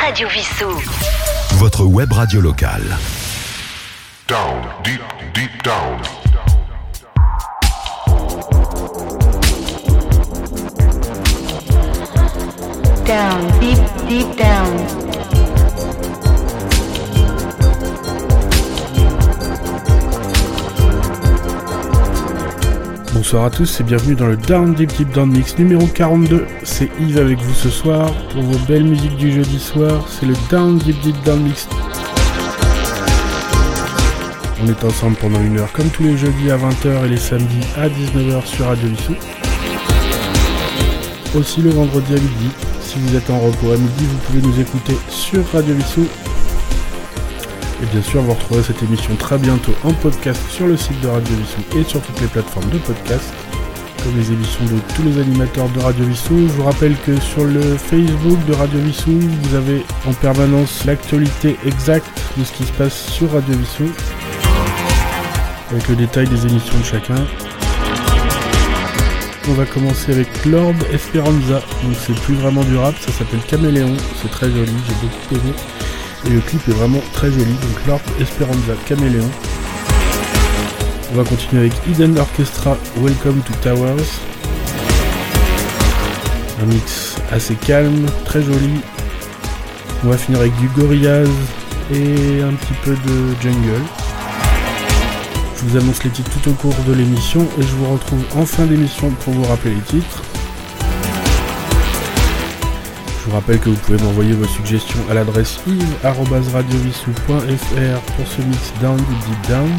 Radio Vissou. Votre web radio locale. Down, deep, deep down. Down, deep, deep down. Bonsoir à tous et bienvenue dans le Down Deep Deep Down Mix numéro 42. C'est Yves avec vous ce soir pour vos belles musiques du jeudi soir. C'est le Down Deep Deep Down Mix. On est ensemble pendant une heure comme tous les jeudis à 20h et les samedis à 19h sur Radio Vissou. Aussi le vendredi à midi. Si vous êtes en repos à midi, vous pouvez nous écouter sur Radio Vissou. Et bien sûr, vous retrouverez cette émission très bientôt en podcast sur le site de Radio Vissou et sur toutes les plateformes de podcast, comme les émissions de tous les animateurs de Radio Vissou. Je vous rappelle que sur le Facebook de Radio Vissou, vous avez en permanence l'actualité exacte de ce qui se passe sur Radio Vissou, avec le détail des émissions de chacun. On va commencer avec Lord Esperanza, donc c'est plus vraiment du rap, ça s'appelle Caméléon, c'est très joli, j'ai beaucoup aimé. Et le clip est vraiment très joli, donc Lord Esperanza, Caméléon. On va continuer avec Hidden Orchestra, Welcome to Towers. Un mix assez calme, très joli. On va finir avec du Gorillaz et un petit peu de jungle. Je vous annonce les titres tout au cours de l'émission et je vous retrouve en fin d'émission pour vous rappeler les titres. Je vous rappelle que vous pouvez m'envoyer vos suggestions à l'adresse yves@radiovissou.fr pour ce mix Down Deep Deep Down.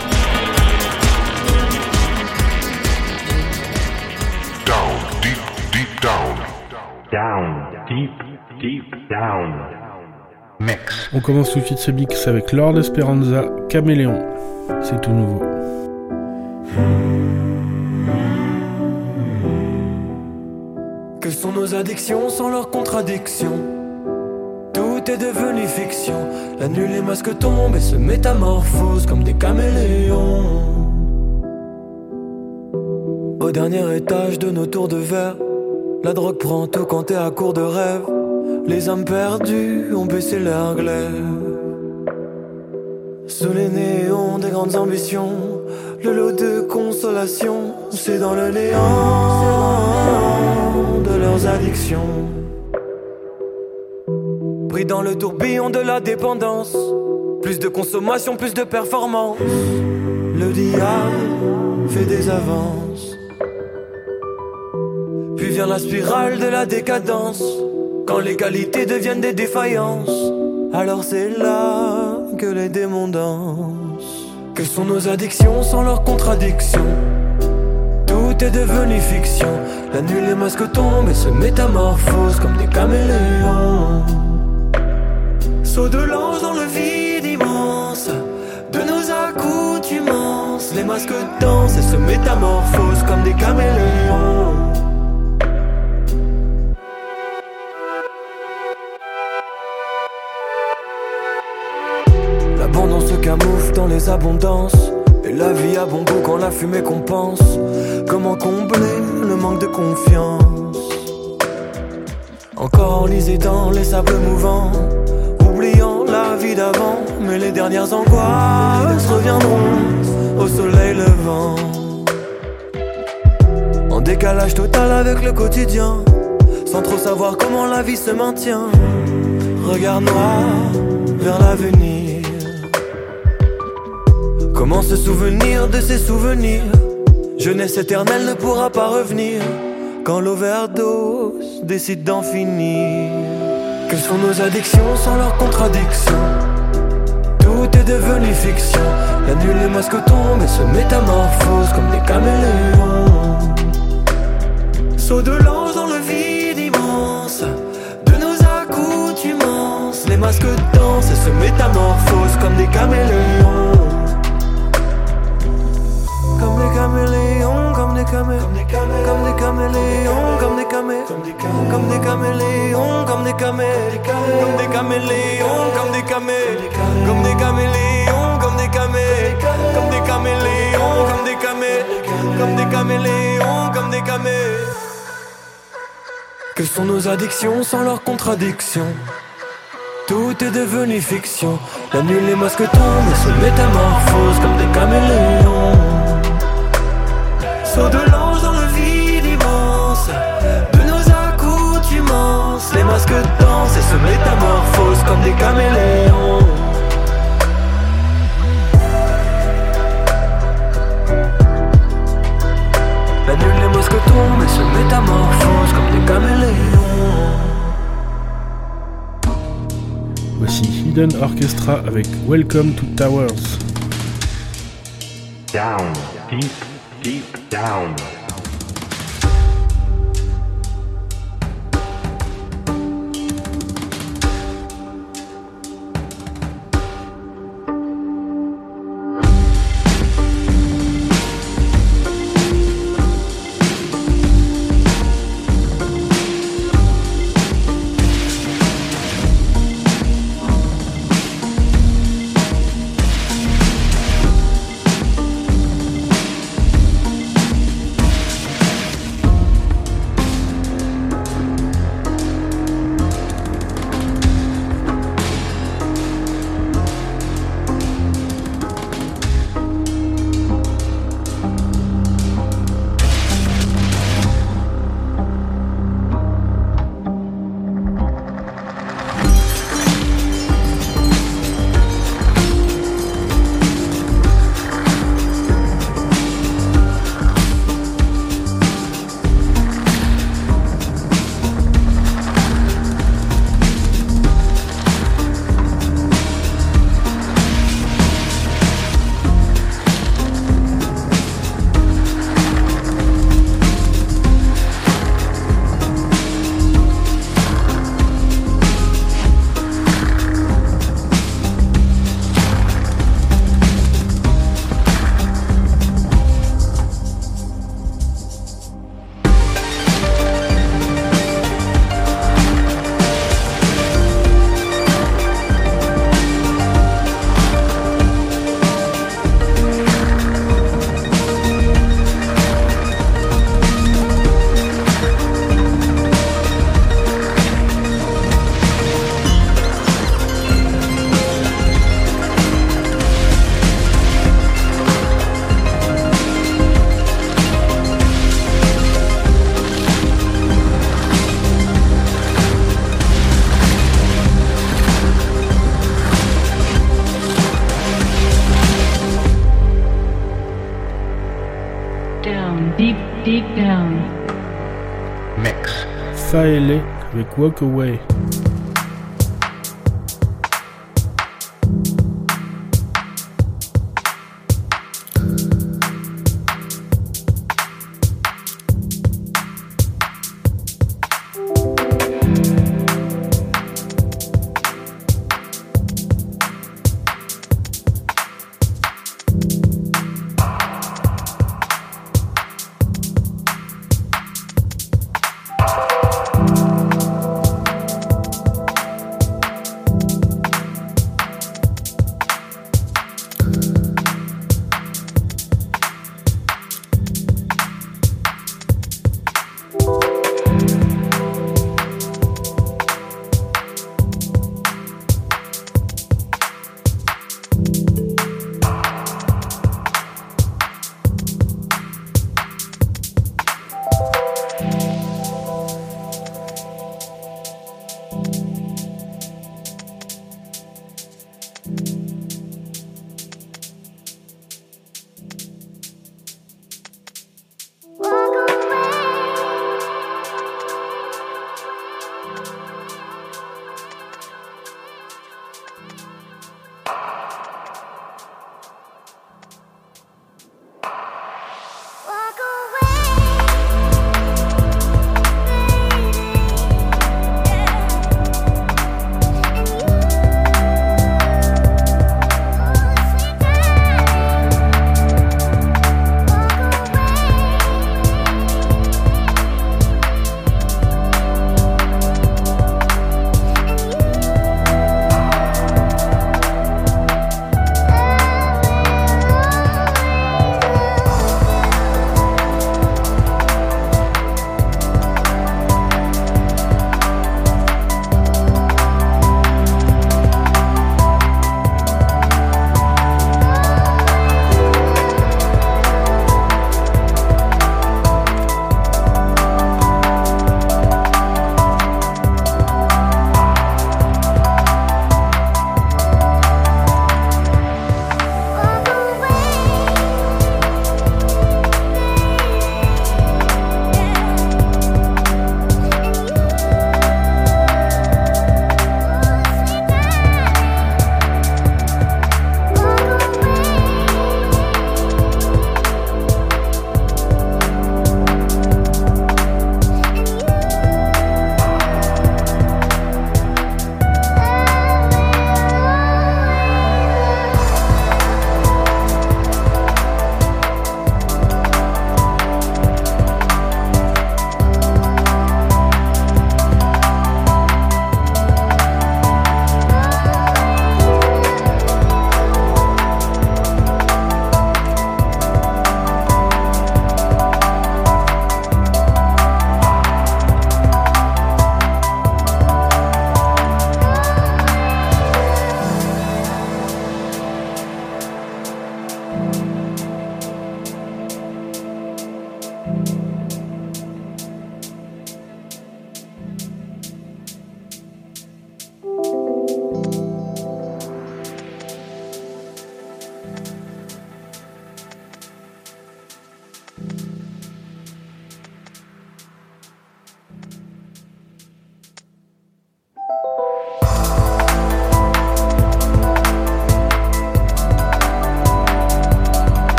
Down, deep, deep down. Down, deep, deep down. Mix. On commence tout de suite ce mix avec Lord Esperanza, Caméléon. C'est tout nouveau. Que sont nos addictions sans leurs contradictions? Tout est devenu fiction. La nuit les masques tombent et se métamorphosent comme des caméléons. Au dernier étage de nos tours de verre, la drogue prend tout quand t'es à court de rêve. Les âmes perdues ont baissé leur glaive. Sous les néons des grandes ambitions, le lot de consolation, c'est dans le néant de leurs addictions. Pris dans le tourbillon de la dépendance, plus de consommation, plus de performance. Le diable fait des avances. Puis vient la spirale de la décadence, quand les qualités deviennent des défaillances. Alors c'est là que les démons dansent. Que sont nos addictions sans leurs contradictions? Tout est devenu fiction. La nuit les masques tombent et se métamorphosent comme des caméléons. Saut de l'ange dans le vide immense de nos accoutumances. Les masques dansent et se métamorphosent comme des caméléons. L'abondance se camoufle dans les abondances, et la vie a bon goût quand la fumée compense. Comment combler le manque de confiance? Encore enlisé dans les sables mouvants, oubliant la vie d'avant. Mais les dernières angoisses reviendront au soleil levant. En décalage total avec le quotidien, sans trop savoir comment la vie se maintient. Regard noir vers l'avenir. Comment se souvenir de ces souvenirs? Jeunesse éternelle ne pourra pas revenir quand l'overdose décide d'en finir. Quelles sont nos addictions sans leurs contradictions? Tout est devenu fiction. La nuit les masques tombent et se métamorphosent comme des caméléons. Saut de l'ange dans le vide immense de nos accoutumances. Les masques dansent et se métamorphosent comme des caméléons. Comme des caméléons, comme des caméléons, comme des caméléons, comme des caméléons, comme des caméléons, comme des caméléons, comme des caméléons, comme des caméléons, comme des caméléons, comme des caméléons, comme des caméléons, comme des caméléons, comme des caméléons, comme des caméléons. Que sont nos addictions sans leurs contradictions? Tout est devenu fiction. La nuit les masques tombent et se métamorphosent comme des caméléons. Saut de l'ange dans le vide immense, de nos accoutumances. Les masques dansent et se métamorphosent comme des caméléons. La nuit les masques tombent et se métamorphosent comme des caméléons. Voici Hidden Orchestra avec Welcome to Towers. Down, deep, deep down. Deep down. Mix. Faele avec Walk Away.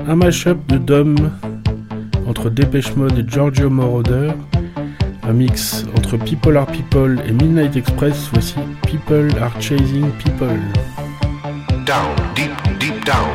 un mash-up de Dom entre Depeche Mode et Giorgio Moroder, un mix entre People Are People et Midnight Express. Voici People Are Chasing People. Down, deep, deep down.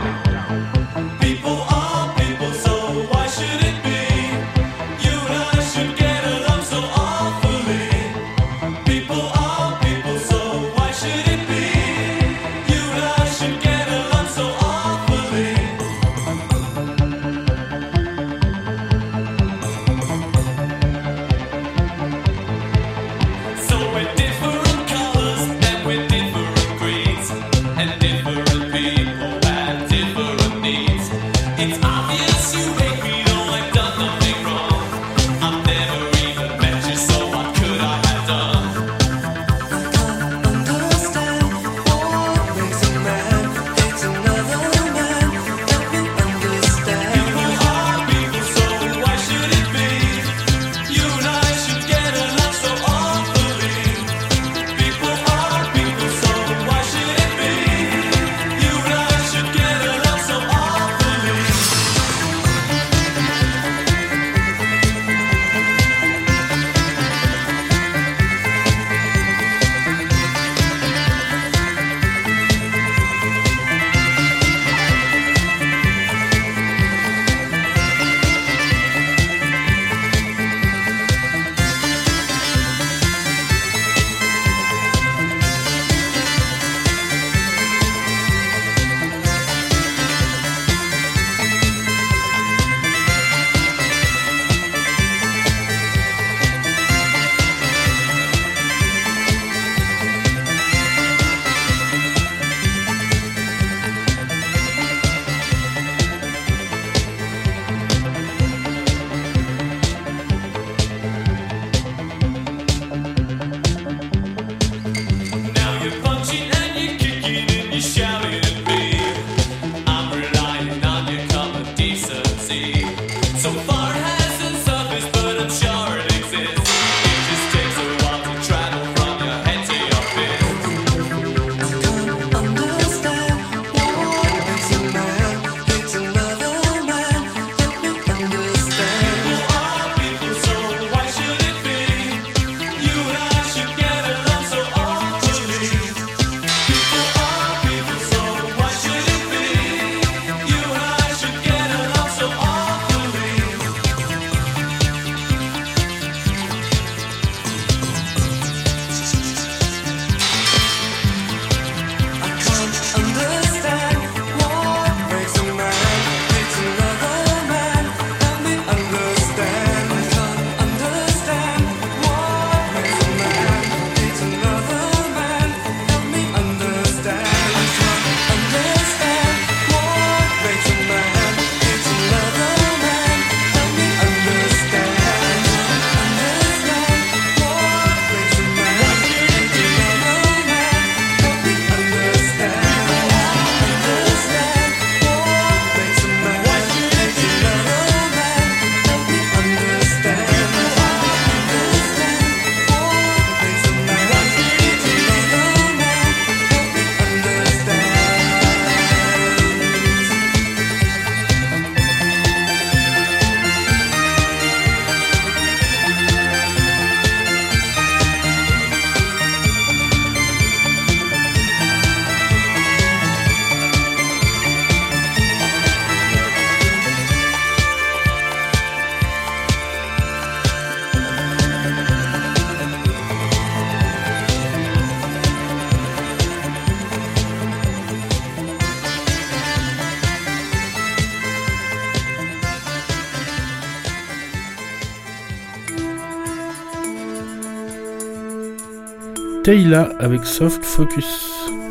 Teyla avec Soft Focus.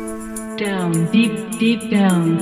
Down, deep, deep down.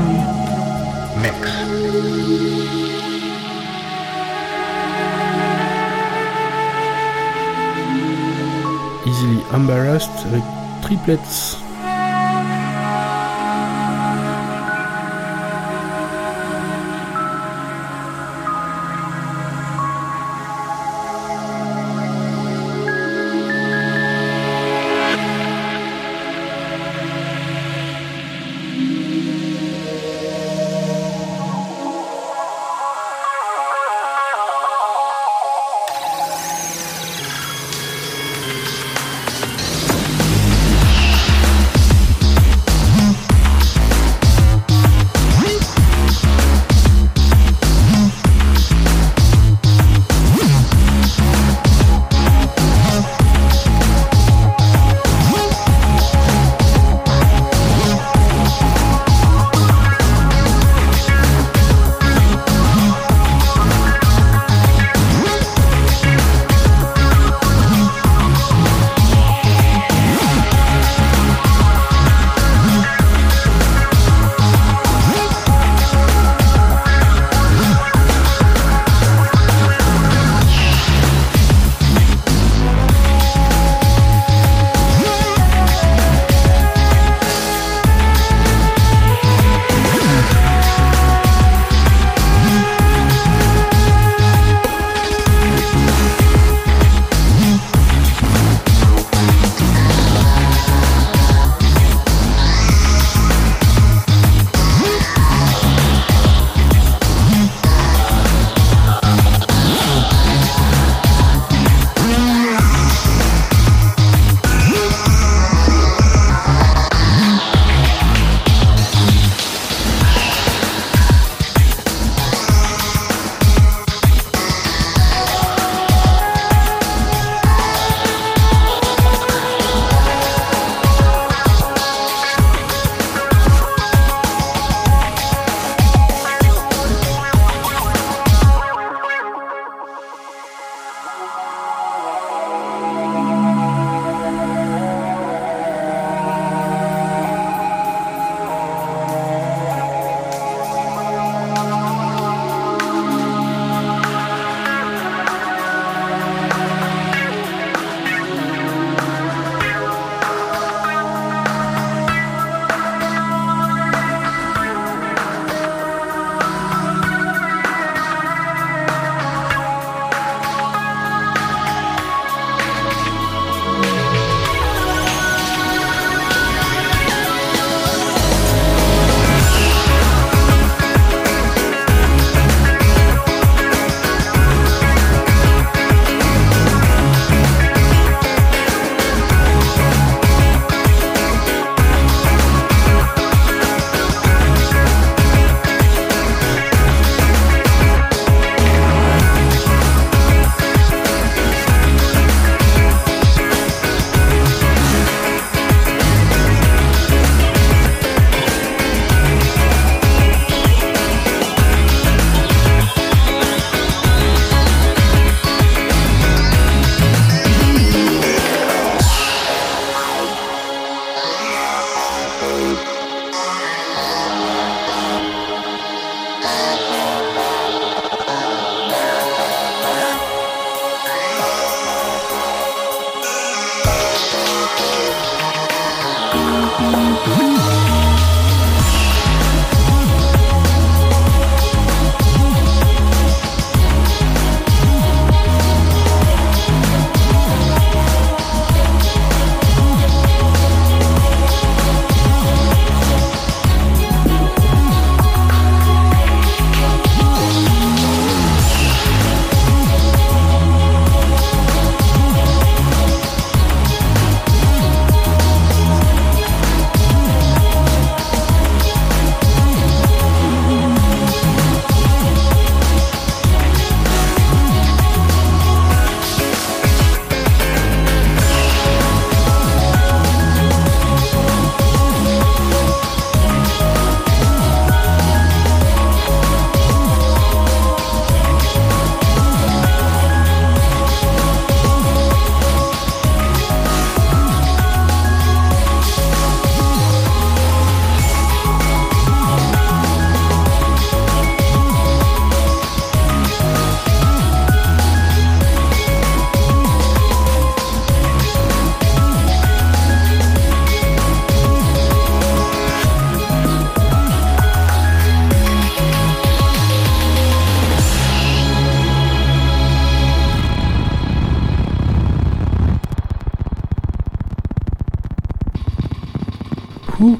down. Mix. Easily Embarrassed avec Triplets.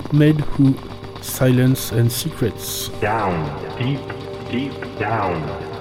Made Who, Silence and Secrets. Down, deep, deep down.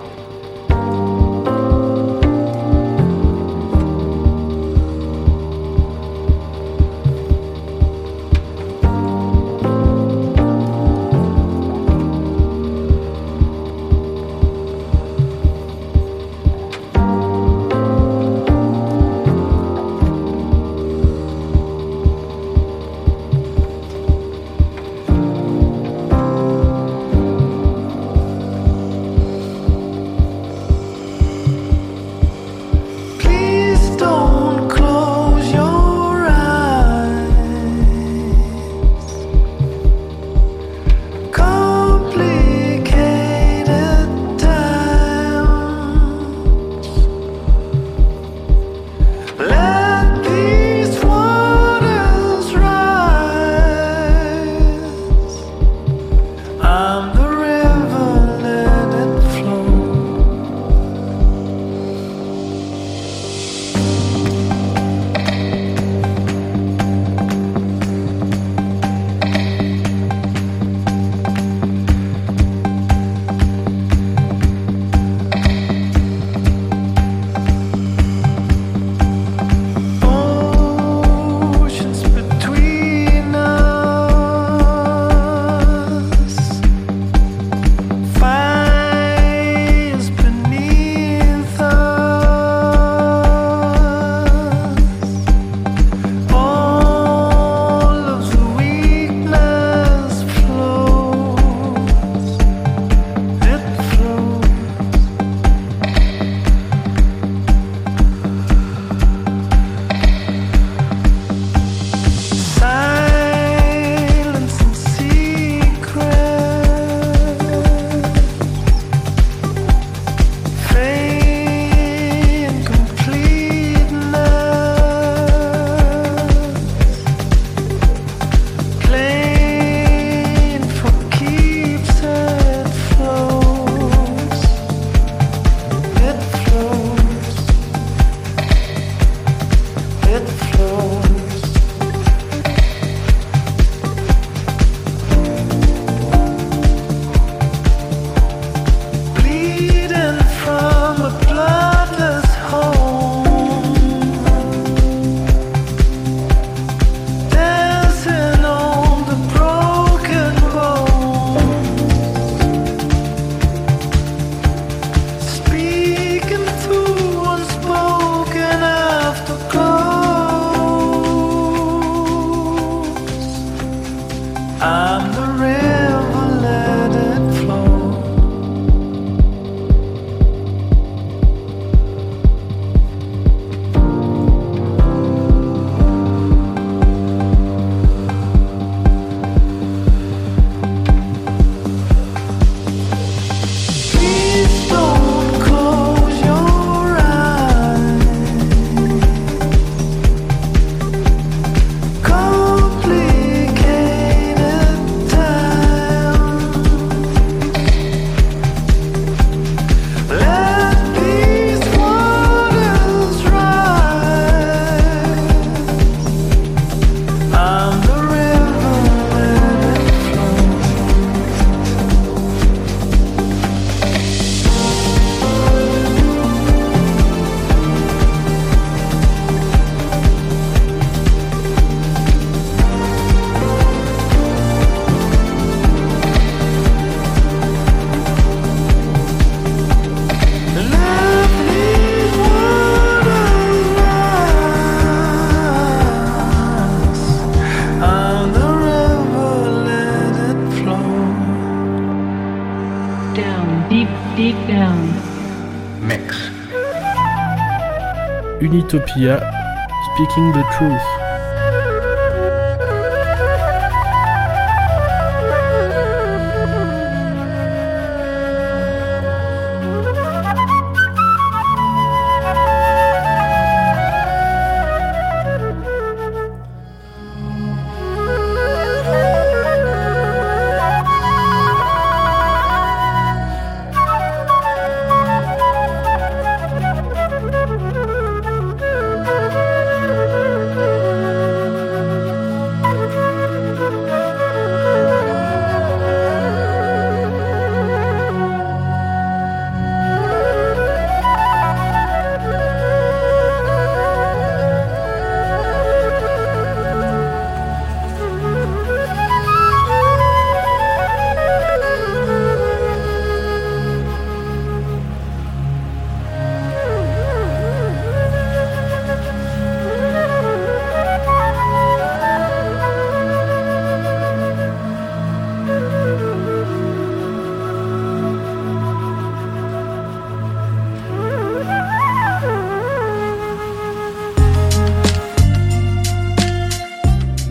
Unitopia, Speaking the Truth.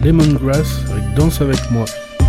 Lemongrass avec Danse avec moi.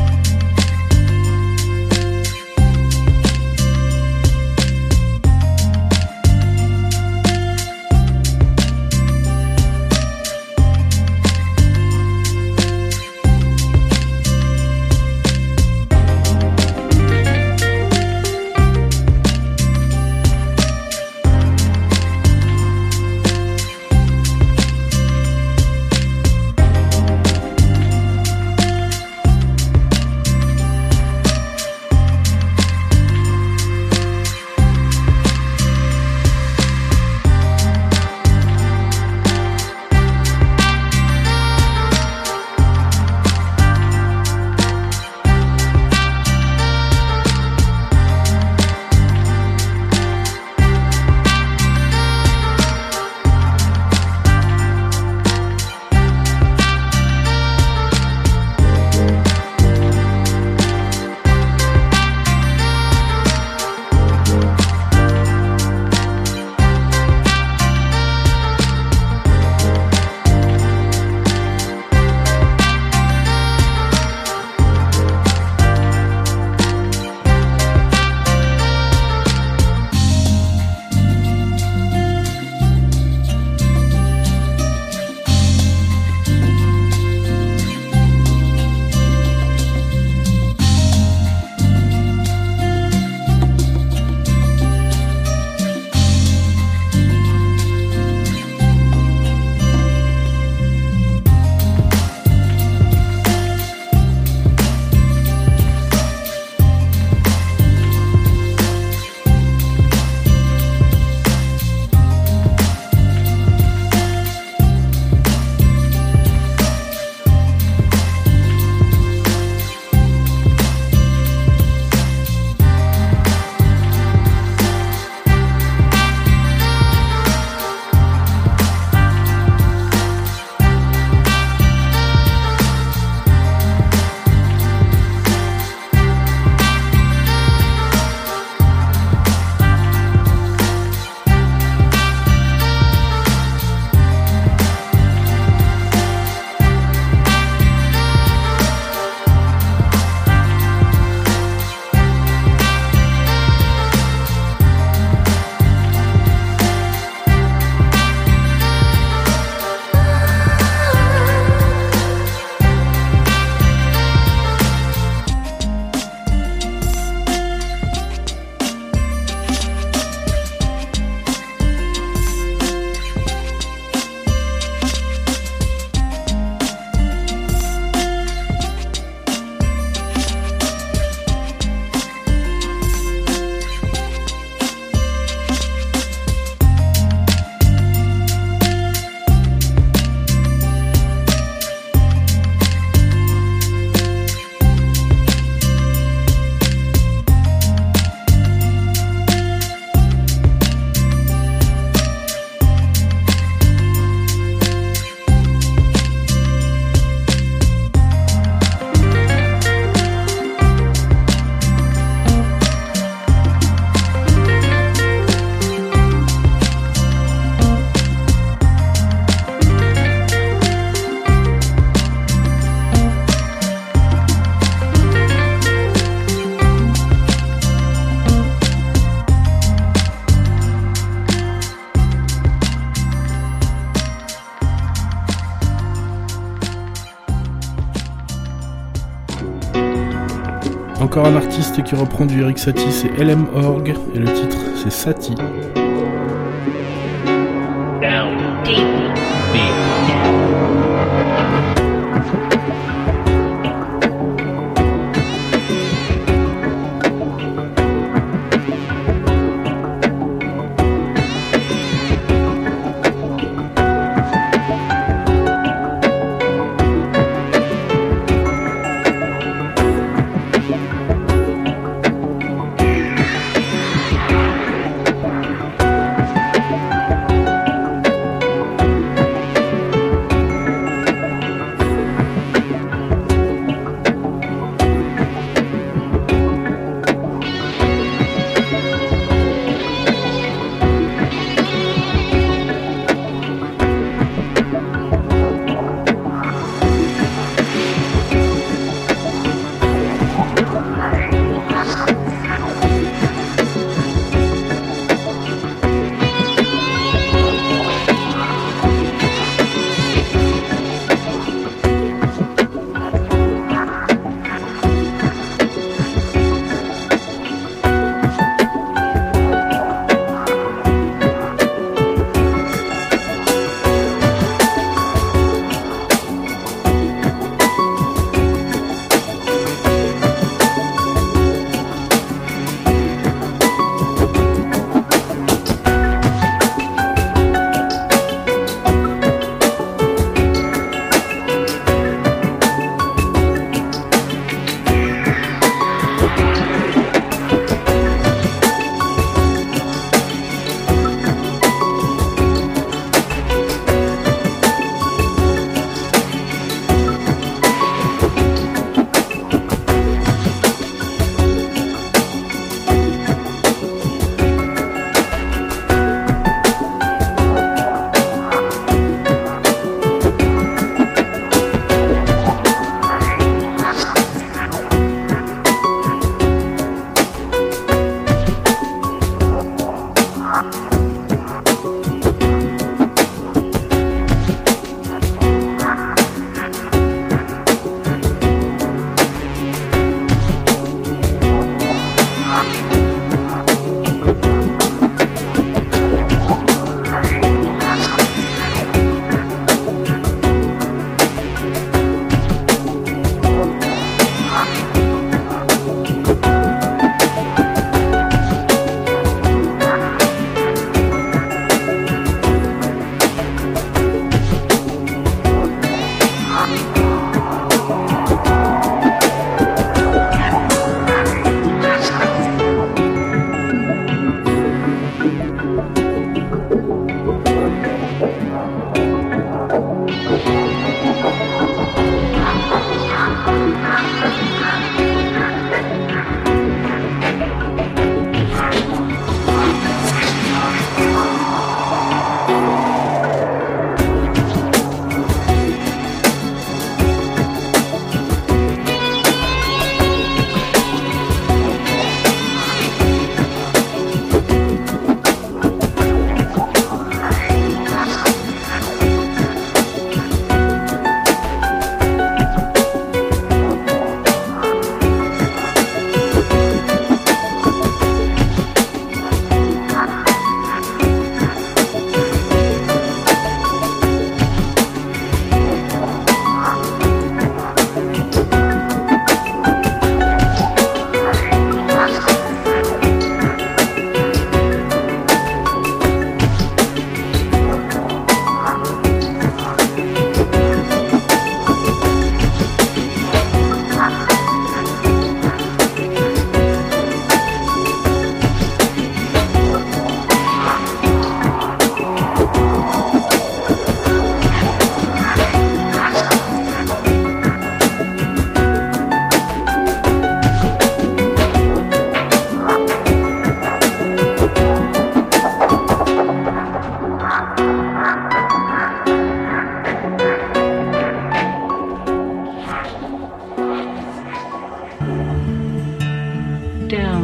Encore un artiste qui reprend du Eric Satie, c'est LM Org, et le titre c'est Satie. Down, deep, deep.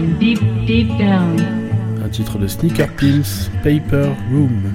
down, deep, deep down. Un titre de Sneaker Pimps, Paper Room.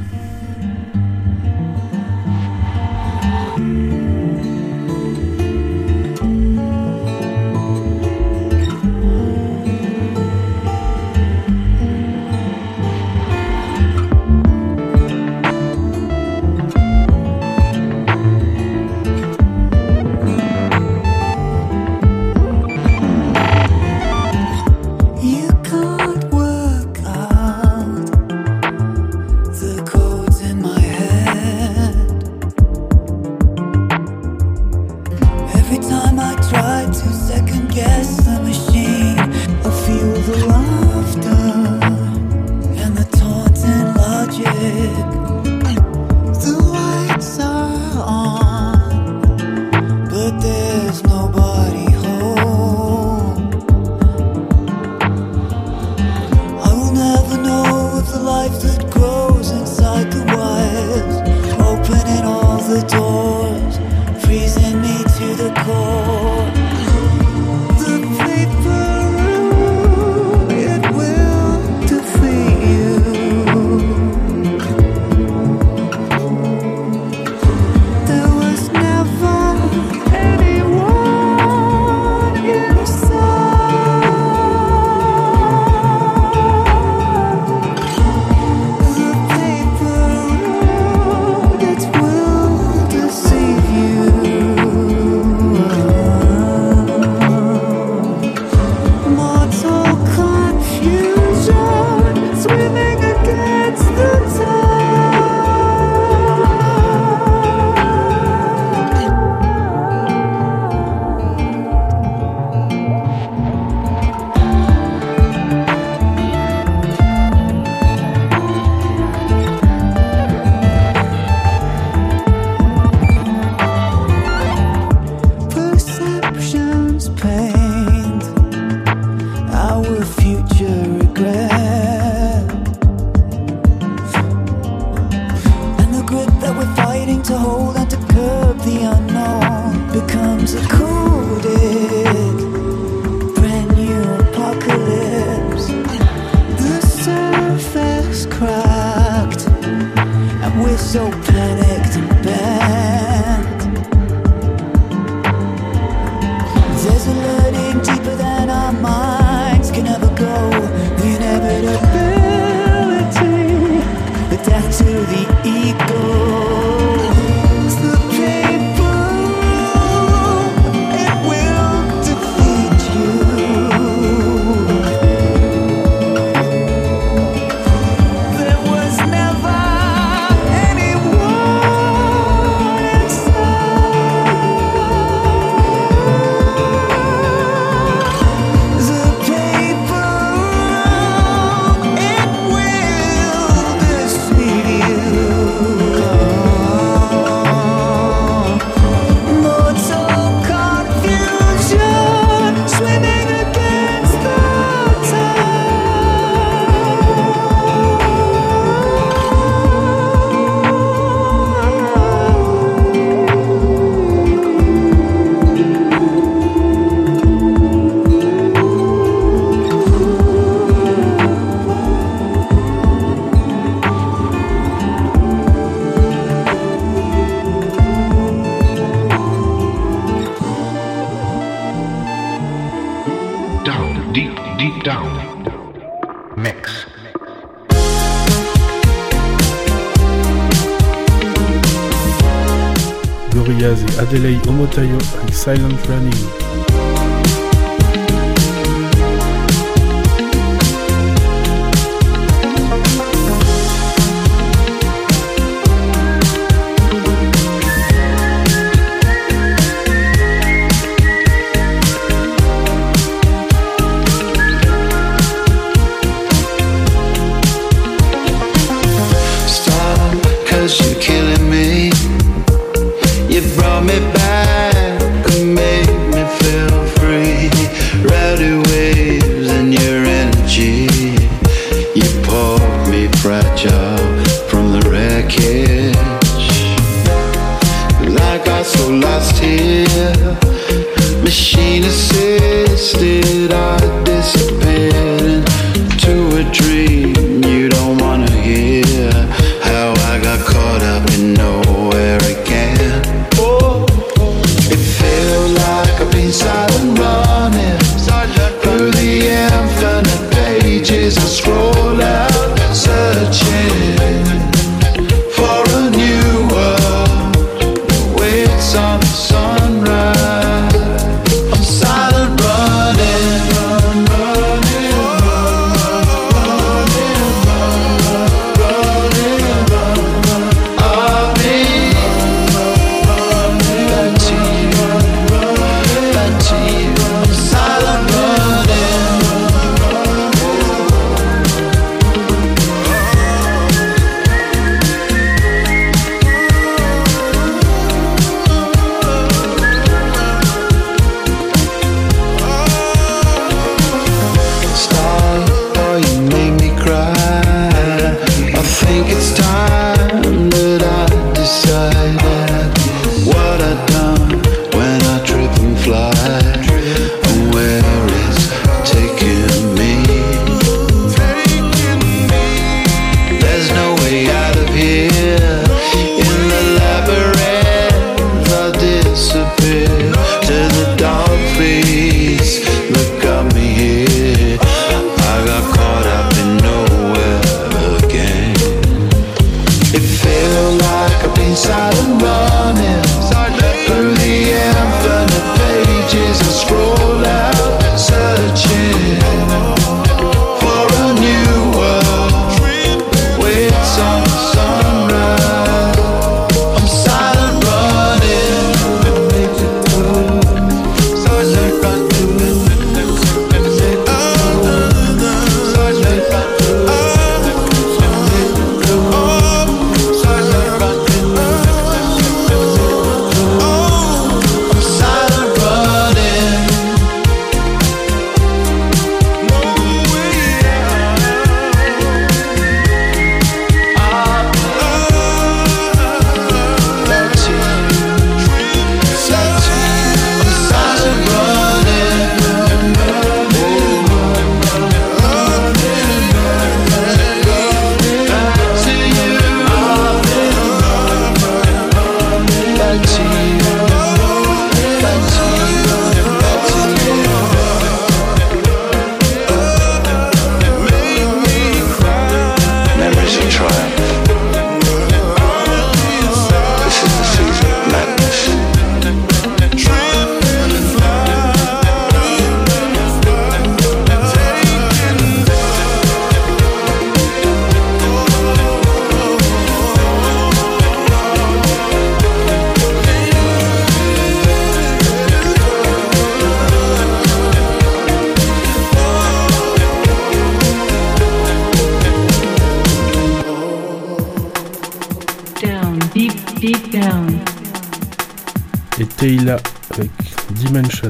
Gorillaz et Adelaide Omotayo avec Silent Running. Me back and made me feel pages I scroll out, searching for a new world. Waits on the sunrise. I'm silent running, I've been back to you, back to you. I'm silent running. Silent running through the infinite pages I scroll out, searching for a new world. Waits on the sunrise. I'm silent running, silent running, Deep Down. Et Teila avec Dimensions.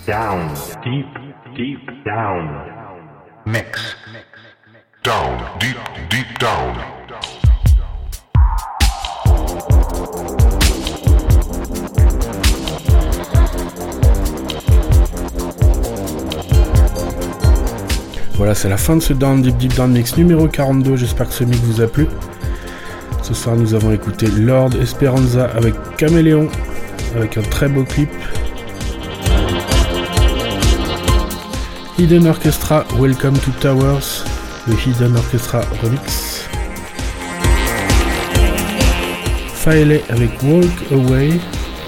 Down. Deep, deep down. Mix. Down. Deep, deep down. Voilà, c'est la fin de ce Down Deep Deep Down Mix numéro 42. J'espère que ce mix vous a plu. Ce soir, nous avons écouté Lord Esperanza avec Caméléon, avec un très beau clip. Hidden Orchestra, Welcome to Towers, le Hidden Orchestra Remix. Faele avec Walk Away.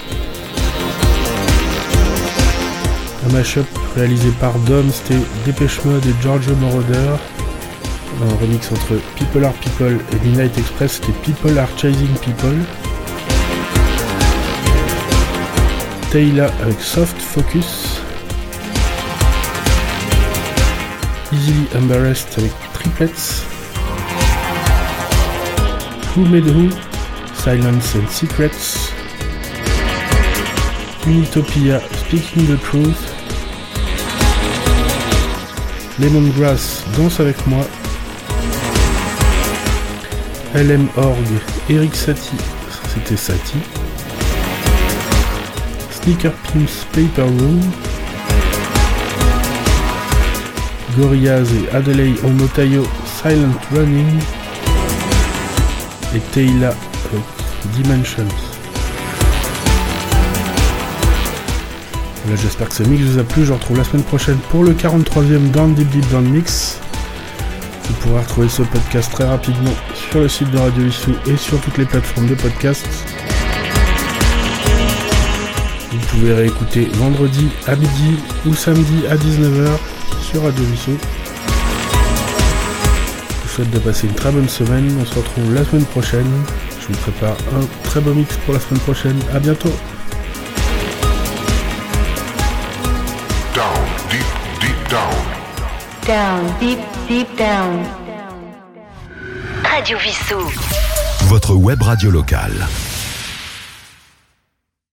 Un mashup réalisé par Dom, c'était Dépêche Mode et Giorgio Moroder. Un remix entre People Are People et Midnight Express, c'était People Are Chasing People. Taylor avec Soft Focus. Easily Embarrassed avec Triplets. Who Made Who, Silence and Secrets. Unitopia, Speaking the Truth. Lemongrass, Danse avec moi. LM Org, Eric Satie, c'était Satie. Sneaker Pimps, Paper Room. Gorillaz et Adelaide Omotayo, Silent Running. Et Taylor avec Dimensions. Voilà, j'espère que ce mix vous a plu. Je vous retrouve la semaine prochaine pour le 43e Down Deep Deep Down Mix. Vous pourrez retrouver ce podcast très rapidement sur le site de Radio Vissou et sur toutes les plateformes de podcast. Vous pouvez réécouter vendredi à midi ou samedi à 19h sur Radio Vissou. Je vous souhaite de passer une très bonne semaine. On se retrouve la semaine prochaine. Je vous prépare un très beau mix pour la semaine prochaine. À bientôt. Down. Deep, deep down. Down, deep, deep down. Radio Vissou. Votre web radio locale.